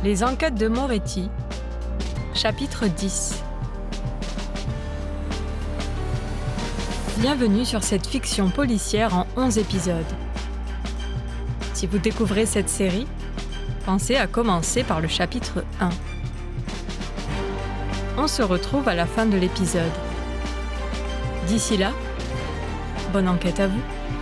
Les enquêtes de Moretti, chapitre 10. Bienvenue sur cette fiction policière en 11 épisodes. Si vous découvrez cette série, pensez à commencer par le chapitre 1. On se retrouve à la fin de l'épisode. D'ici là, bonne enquête à vous.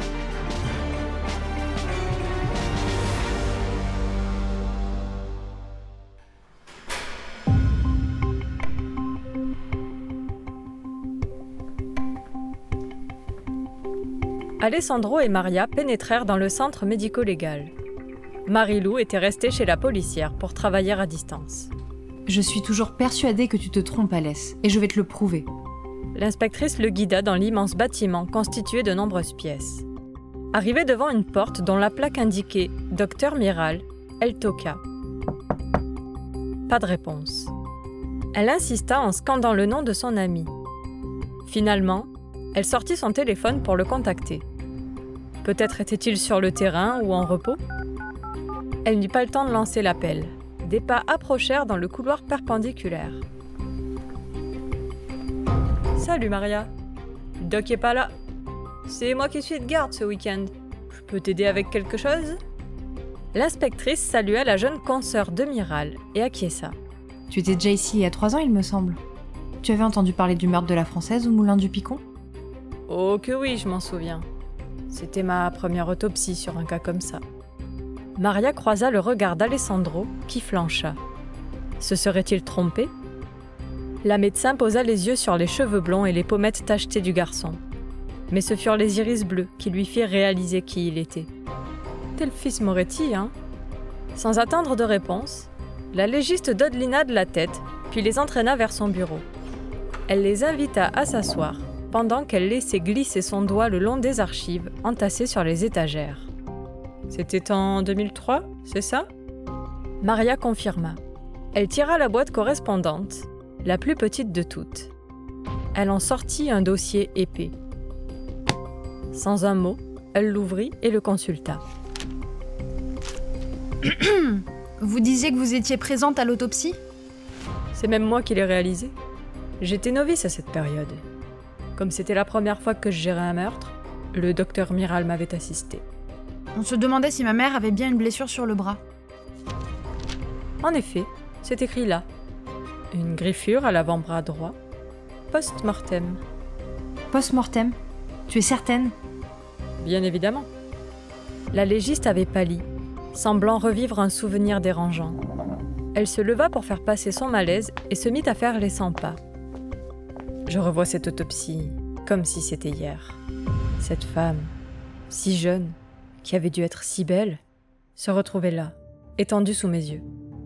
Alessandro et Maria pénétrèrent dans le centre médico-légal. Marie-Lou était restée chez la policière pour travailler à distance. Je suis toujours persuadée que tu te trompes, Alès, et je vais te le prouver. L'inspectrice le guida dans l'immense bâtiment constitué de nombreuses pièces. Arrivée devant une porte dont la plaque indiquait « Docteur Miral », elle toqua. Pas de réponse. Elle insista en scandant le nom de son ami. Finalement, elle sortit son téléphone pour le contacter. Peut-être était-il sur le terrain ou en repos ? Elle n'eut pas le temps de lancer l'appel. Des pas approchèrent dans le couloir perpendiculaire. « Salut Maria. Doc est pas là. C'est moi qui suis de garde ce week-end. Je peux t'aider avec quelque chose ?» L'inspectrice salua la jeune consoeur de Miral et acquiesça. « Tu étais déjà ici il y a 3 ans, il me semble. Tu avais entendu parler du meurtre de la Française au Moulin du Picon ? » Oh que oui, je m'en souviens. C'était ma première autopsie sur un cas comme ça. Maria croisa le regard d'Alessandro, qui flancha. Se serait-il trompé ? La médecin posa les yeux sur les cheveux blonds et les pommettes tachetées du garçon. Mais ce furent les iris bleus qui lui firent réaliser qui il était. « T'es le fils Moretti, hein ?» Sans attendre de réponse, la légiste dodelina de la tête, puis les entraîna vers son bureau. Elle les invita à s'asseoir, pendant qu'elle laissait glisser son doigt le long des archives entassées sur les étagères. « C'était en 2003, c'est ça ?» Maria confirma. Elle tira la boîte correspondante, la plus petite de toutes. Elle en sortit un dossier épais. Sans un mot, elle l'ouvrit et le consulta. Vous disiez que vous étiez présente à l'autopsie ? C'est même moi qui l'ai réalisé. J'étais novice à cette période. Comme c'était la première fois que je gérais un meurtre, le docteur Miral m'avait assisté. On se demandait si ma mère avait bien une blessure sur le bras. En effet, c'est écrit là. Une griffure à l'avant-bras droit. Post-mortem. Post-mortem ? Tu es certaine ? Bien évidemment. La légiste avait pâli, semblant revivre un souvenir dérangeant. Elle se leva pour faire passer son malaise et se mit à faire les 100 pas. Je revois cette autopsie comme si c'était hier. Cette femme, si jeune, qui avait dû être si belle, se retrouvait là, étendue sous mes yeux.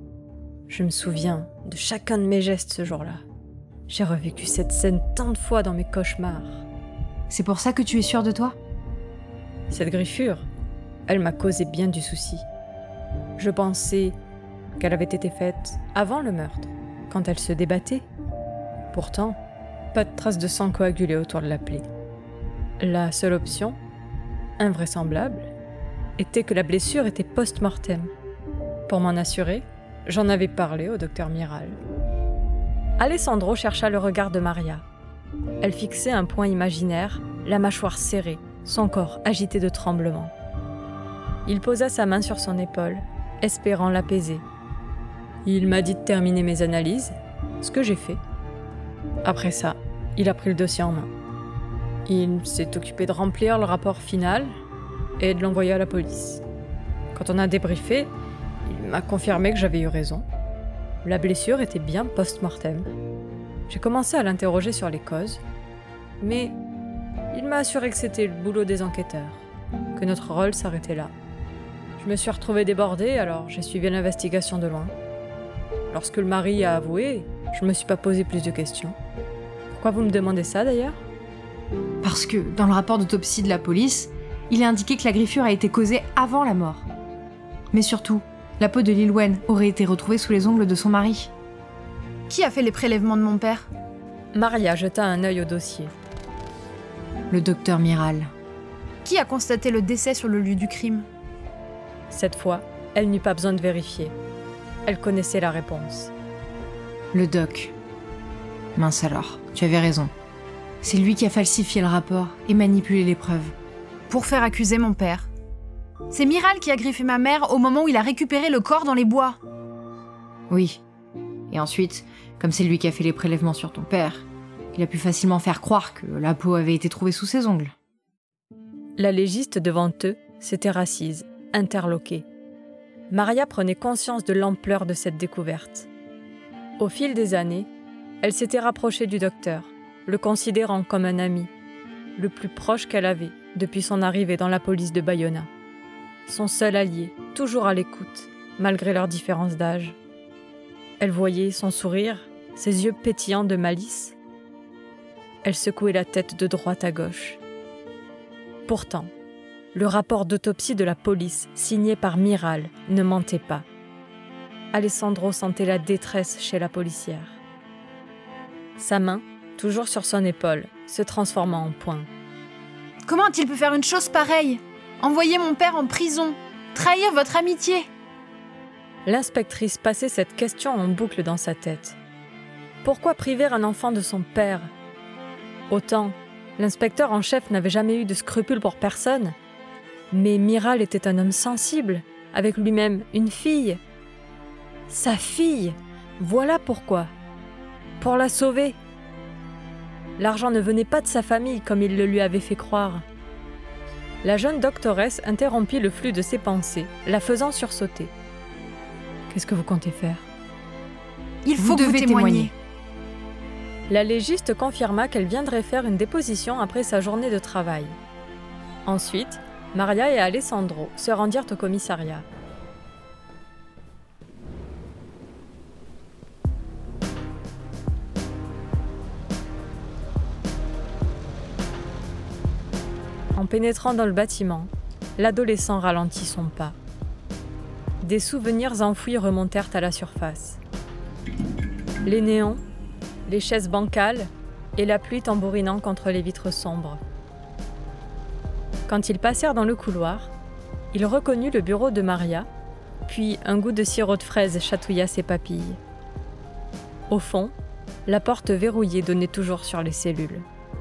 Je me souviens de chacun de mes gestes ce jour-là. J'ai revécu cette scène tant de fois dans mes cauchemars. C'est pour ça que tu es sûre de toi ? Cette griffure, elle m'a causé bien du souci. Je pensais qu'elle avait été faite avant le meurtre, quand elle se débattait. Pourtant, pas de traces de sang coagulé autour de la plaie. La seule option, invraisemblable, était que la blessure était post-mortem. Pour m'en assurer, j'en avais parlé au docteur Miral. Alessandro chercha le regard de Maria. Elle fixait un point imaginaire, la mâchoire serrée, son corps agité de tremblements. Il posa sa main sur son épaule, espérant l'apaiser. Il m'a dit de terminer mes analyses, ce que j'ai fait. Après ça, il a pris le dossier en main. Il s'est occupé de remplir le rapport final et de l'envoyer à la police. Quand on a débriefé, il m'a confirmé que j'avais eu raison. La blessure était bien post-mortem. J'ai commencé à l'interroger sur les causes, mais il m'a assuré que c'était le boulot des enquêteurs, que notre rôle s'arrêtait là. Je me suis retrouvée débordée, alors j'ai suivi l'investigation de loin. Lorsque le mari a avoué, je ne me suis pas posé plus de questions. Pourquoi vous me demandez ça d'ailleurs ? Parce que, dans le rapport d'autopsie de la police, il est indiqué que la griffure a été causée avant la mort. Mais surtout, la peau de Lil-Wen aurait été retrouvée sous les ongles de son mari. Qui a fait les prélèvements de mon père ? Maria jeta un œil au dossier. Le docteur Miral. Qui a constaté le décès sur le lieu du crime ? Cette fois, elle n'eut pas besoin de vérifier. Elle connaissait la réponse. Le doc. Mince alors, tu avais raison. C'est lui qui a falsifié le rapport et manipulé les preuves. Pour faire accuser mon père. C'est Miral qui a griffé ma mère au moment où il a récupéré le corps dans les bois. Oui. Et ensuite, comme c'est lui qui a fait les prélèvements sur ton père, il a pu facilement faire croire que la peau avait été trouvée sous ses ongles. La légiste devant eux s'était rassise, interloquée. Maria prenait conscience de l'ampleur de cette découverte. Au fil des années, elle s'était rapprochée du docteur, le considérant comme un ami, le plus proche qu'elle avait depuis son arrivée dans la police de Bayona. Son seul allié, toujours à l'écoute, malgré leurs différences d'âge. Elle voyait son sourire, ses yeux pétillants de malice. Elle secouait la tête de droite à gauche. Pourtant, le rapport d'autopsie de la police, signé par Miral, ne mentait pas. Alessandro sentait la détresse chez la policière. Sa main, toujours sur son épaule, se transforma en poing. Comment a-t-il pu faire une chose pareille? Envoyer mon père en prison? Trahir votre amitié? L'inspectrice passait cette question en boucle dans sa tête. Pourquoi priver un enfant de son père? Autant, l'inspecteur en chef n'avait jamais eu de scrupules pour personne. Mais Miral était un homme sensible, avec lui-même une fille. Sa fille, voilà pourquoi. Pour la sauver. L'argent ne venait pas de sa famille comme il le lui avait fait croire. La jeune doctoresse interrompit le flux de ses pensées, la faisant sursauter. Qu'est-ce que vous comptez faire? Il faut que vous témoigniez. La légiste confirma qu'elle viendrait faire une déposition après sa journée de travail. Ensuite, Maria et Alessandro se rendirent au commissariat. En pénétrant dans le bâtiment, l'adolescent ralentit son pas. Des souvenirs enfouis remontèrent à la surface. Les néons, les chaises bancales et la pluie tambourinant contre les vitres sombres. Quand ils passèrent dans le couloir, il reconnut le bureau de Maria, puis un goût de sirop de fraise chatouilla ses papilles. Au fond, la porte verrouillée donnait toujours sur les cellules.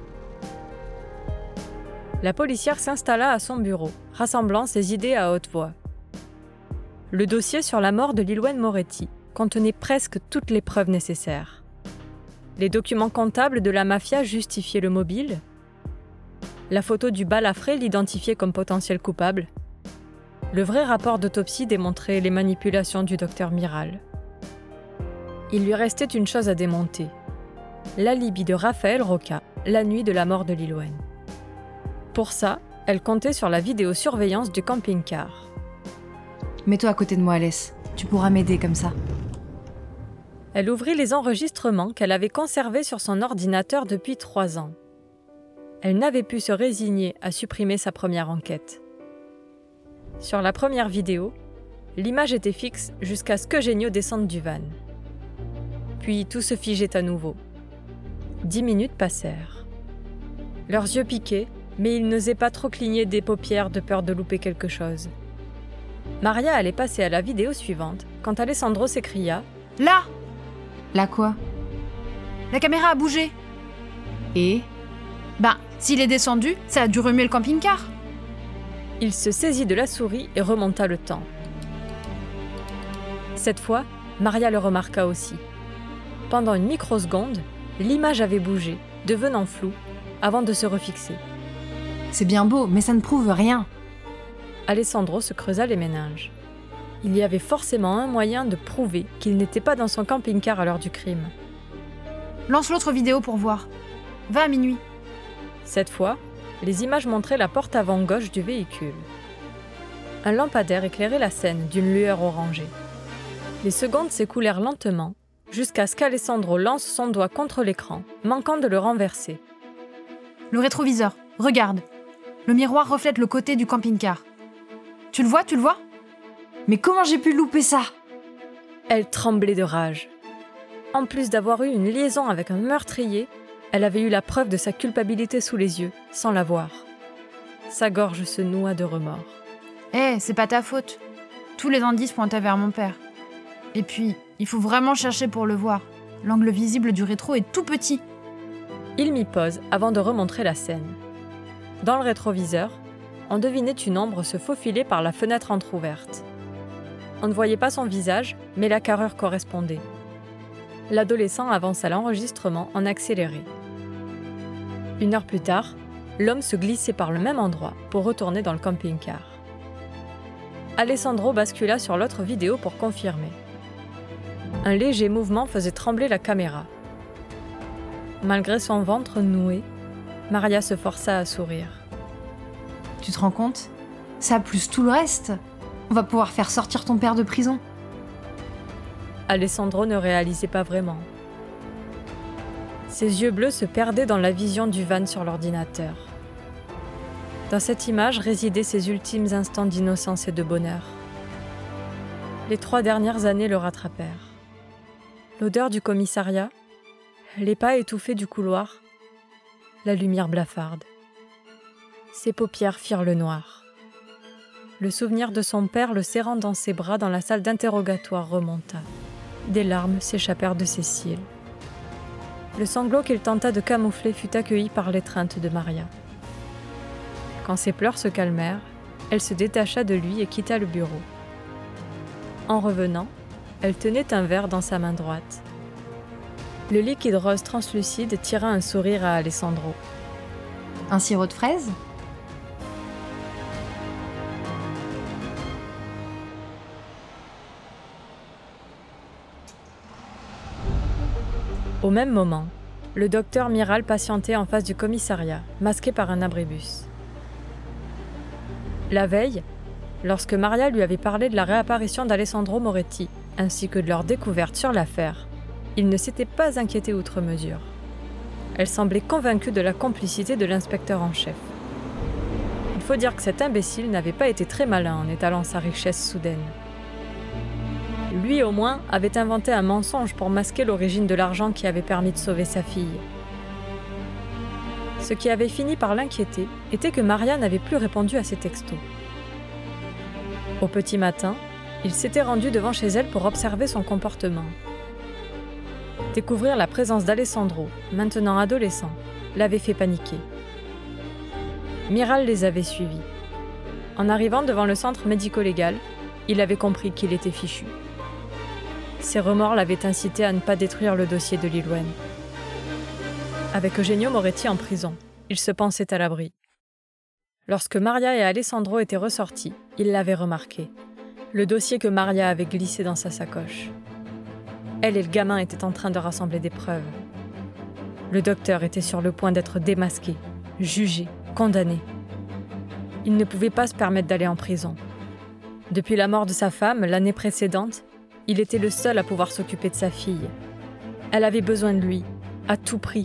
La policière s'installa à son bureau, rassemblant ses idées à haute voix. Le dossier sur la mort de Lilwen Moretti contenait presque toutes les preuves nécessaires. Les documents comptables de la mafia justifiaient le mobile. La photo du balafré l'identifiait comme potentiel coupable. Le vrai rapport d'autopsie démontrait les manipulations du docteur Miral. Il lui restait une chose à démonter. L'alibi de Raphaël Roca, la nuit de la mort de Lilwen. Pour ça, elle comptait sur la vidéosurveillance du camping-car. Mets-toi à côté de moi, Alès. Tu pourras m'aider comme ça. Elle ouvrit les enregistrements qu'elle avait conservés sur son ordinateur depuis 3 ans. Elle n'avait pu se résigner à supprimer sa première enquête. Sur la première vidéo, l'image était fixe jusqu'à ce qu'Eugenio descende du van. Puis tout se figeait à nouveau. 10 minutes passèrent. Leurs yeux piquaient, mais ils n'osaient pas trop cligner des paupières de peur de louper quelque chose. Maria allait passer à la vidéo suivante quand Alessandro s'écria « Là! Là quoi? La caméra a bougé. Et? S'il est descendu, ça a dû remuer le camping-car. » Il se saisit de la souris et remonta le temps. Cette fois, Maria le remarqua aussi. Pendant une microseconde, l'image avait bougé, devenant floue, avant de se refixer. C'est bien beau, mais ça ne prouve rien. Alessandro se creusa les méninges. Il y avait forcément un moyen de prouver qu'il n'était pas dans son camping-car à l'heure du crime. Lance l'autre vidéo pour voir. Va à minuit. Cette fois, les images montraient la porte avant gauche du véhicule. Un lampadaire éclairait la scène d'une lueur orangée. Les secondes s'écoulèrent lentement, jusqu'à ce qu'Alessandro lance son doigt contre l'écran, manquant de le renverser. Le rétroviseur, regarde. Le miroir reflète le côté du camping-car. Tu le vois? Mais comment j'ai pu louper ça? Elle tremblait de rage. En plus d'avoir eu une liaison avec un meurtrier, elle avait eu la preuve de sa culpabilité sous les yeux, sans la voir. Sa gorge se noua de remords. C'est pas ta faute. Tous les indices pointaient vers mon père. Et puis, il faut vraiment chercher pour le voir. L'angle visible du rétro est tout petit. Il m'y pose avant de remontrer la scène. Dans le rétroviseur, on devinait une ombre se faufiler par la fenêtre entr'ouverte. On ne voyait pas son visage, mais la carrure correspondait. L'adolescent avance à l'enregistrement en accéléré. 1 heure plus tard, l'homme se glissait par le même endroit pour retourner dans le camping-car. Alessandro bascula sur l'autre vidéo pour confirmer. Un léger mouvement faisait trembler la caméra. Malgré son ventre noué, Maria se força à sourire. Tu te rends compte? Ça plus tout le reste. On va pouvoir faire sortir ton père de prison. Alessandro ne réalisait pas vraiment. Ses yeux bleus se perdaient dans la vision du van sur l'ordinateur. Dans cette image résidaient ses ultimes instants d'innocence et de bonheur. Les 3 dernières années le rattrapèrent. L'odeur du commissariat, les pas étouffés du couloir, la lumière blafarde. Ses paupières firent le noir. Le souvenir de son père le serrant dans ses bras dans la salle d'interrogatoire remonta. Des larmes s'échappèrent de ses cils. Le sanglot qu'il tenta de camoufler fut accueilli par l'étreinte de Maria. Quand ses pleurs se calmèrent, elle se détacha de lui et quitta le bureau. En revenant, elle tenait un verre dans sa main droite. Le liquide rose translucide tira un sourire à Alessandro. Un sirop de fraise? Au même moment, le docteur Miral patientait en face du commissariat, masqué par un abribus. La veille, lorsque Maria lui avait parlé de la réapparition d'Alessandro Moretti, ainsi que de leur découverte sur l'affaire, il ne s'était pas inquiété outre mesure. Elle semblait convaincue de la complicité de l'inspecteur en chef. Il faut dire que cet imbécile n'avait pas été très malin en étalant sa richesse soudaine. Lui, au moins, avait inventé un mensonge pour masquer l'origine de l'argent qui avait permis de sauver sa fille. Ce qui avait fini par l'inquiéter était que Maria n'avait plus répondu à ses textos. Au petit matin, il s'était rendu devant chez elle pour observer son comportement. Découvrir la présence d'Alessandro, maintenant adolescent, l'avait fait paniquer. Miral les avait suivis. En arrivant devant le centre médico-légal, il avait compris qu'il était fichu. Ses remords l'avaient incité à ne pas détruire le dossier de Lil-Wen. Avec Eugenio Moretti en prison, il se pensait à l'abri. Lorsque Maria et Alessandro étaient ressortis, il l'avait remarqué. Le dossier que Maria avait glissé dans sa sacoche. Elle et le gamin étaient en train de rassembler des preuves. Le docteur était sur le point d'être démasqué, jugé, condamné. Il ne pouvait pas se permettre d'aller en prison. Depuis la mort de sa femme, l'année précédente, il était le seul à pouvoir s'occuper de sa fille. Elle avait besoin de lui, à tout prix.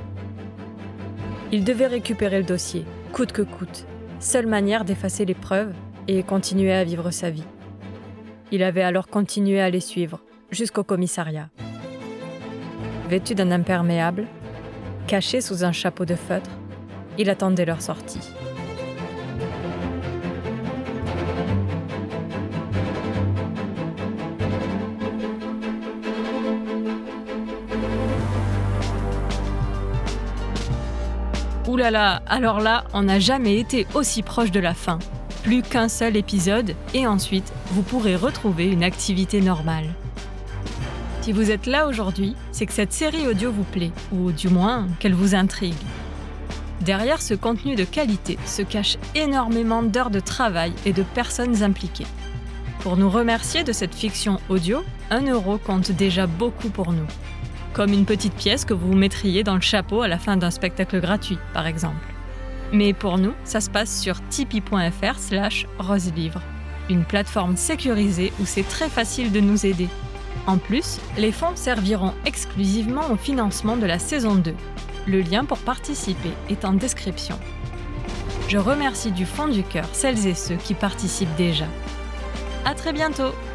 Il devait récupérer le dossier, coûte que coûte, seule manière d'effacer les preuves et continuer à vivre sa vie. Il avait alors continué à les suivre, jusqu'au commissariat. Vêtu d'un imperméable, caché sous un chapeau de feutre, il attendait leur sortie. Ouh là là, alors là, on n'a jamais été aussi proche de la fin. Plus qu'un seul épisode, et ensuite, vous pourrez retrouver une activité normale. Si vous êtes là aujourd'hui, c'est que cette série audio vous plaît, ou du moins qu'elle vous intrigue. Derrière ce contenu de qualité se cachent énormément d'heures de travail et de personnes impliquées. Pour nous remercier de cette fiction audio, 1 € compte déjà beaucoup pour nous. Comme une petite pièce que vous mettriez dans le chapeau à la fin d'un spectacle gratuit, par exemple. Mais pour nous, ça se passe sur tipeee.fr/roselivre, une plateforme sécurisée où c'est très facile de nous aider. En plus, les fonds serviront exclusivement au financement de la saison 2. Le lien pour participer est en description. Je remercie du fond du cœur celles et ceux qui participent déjà. À très bientôt!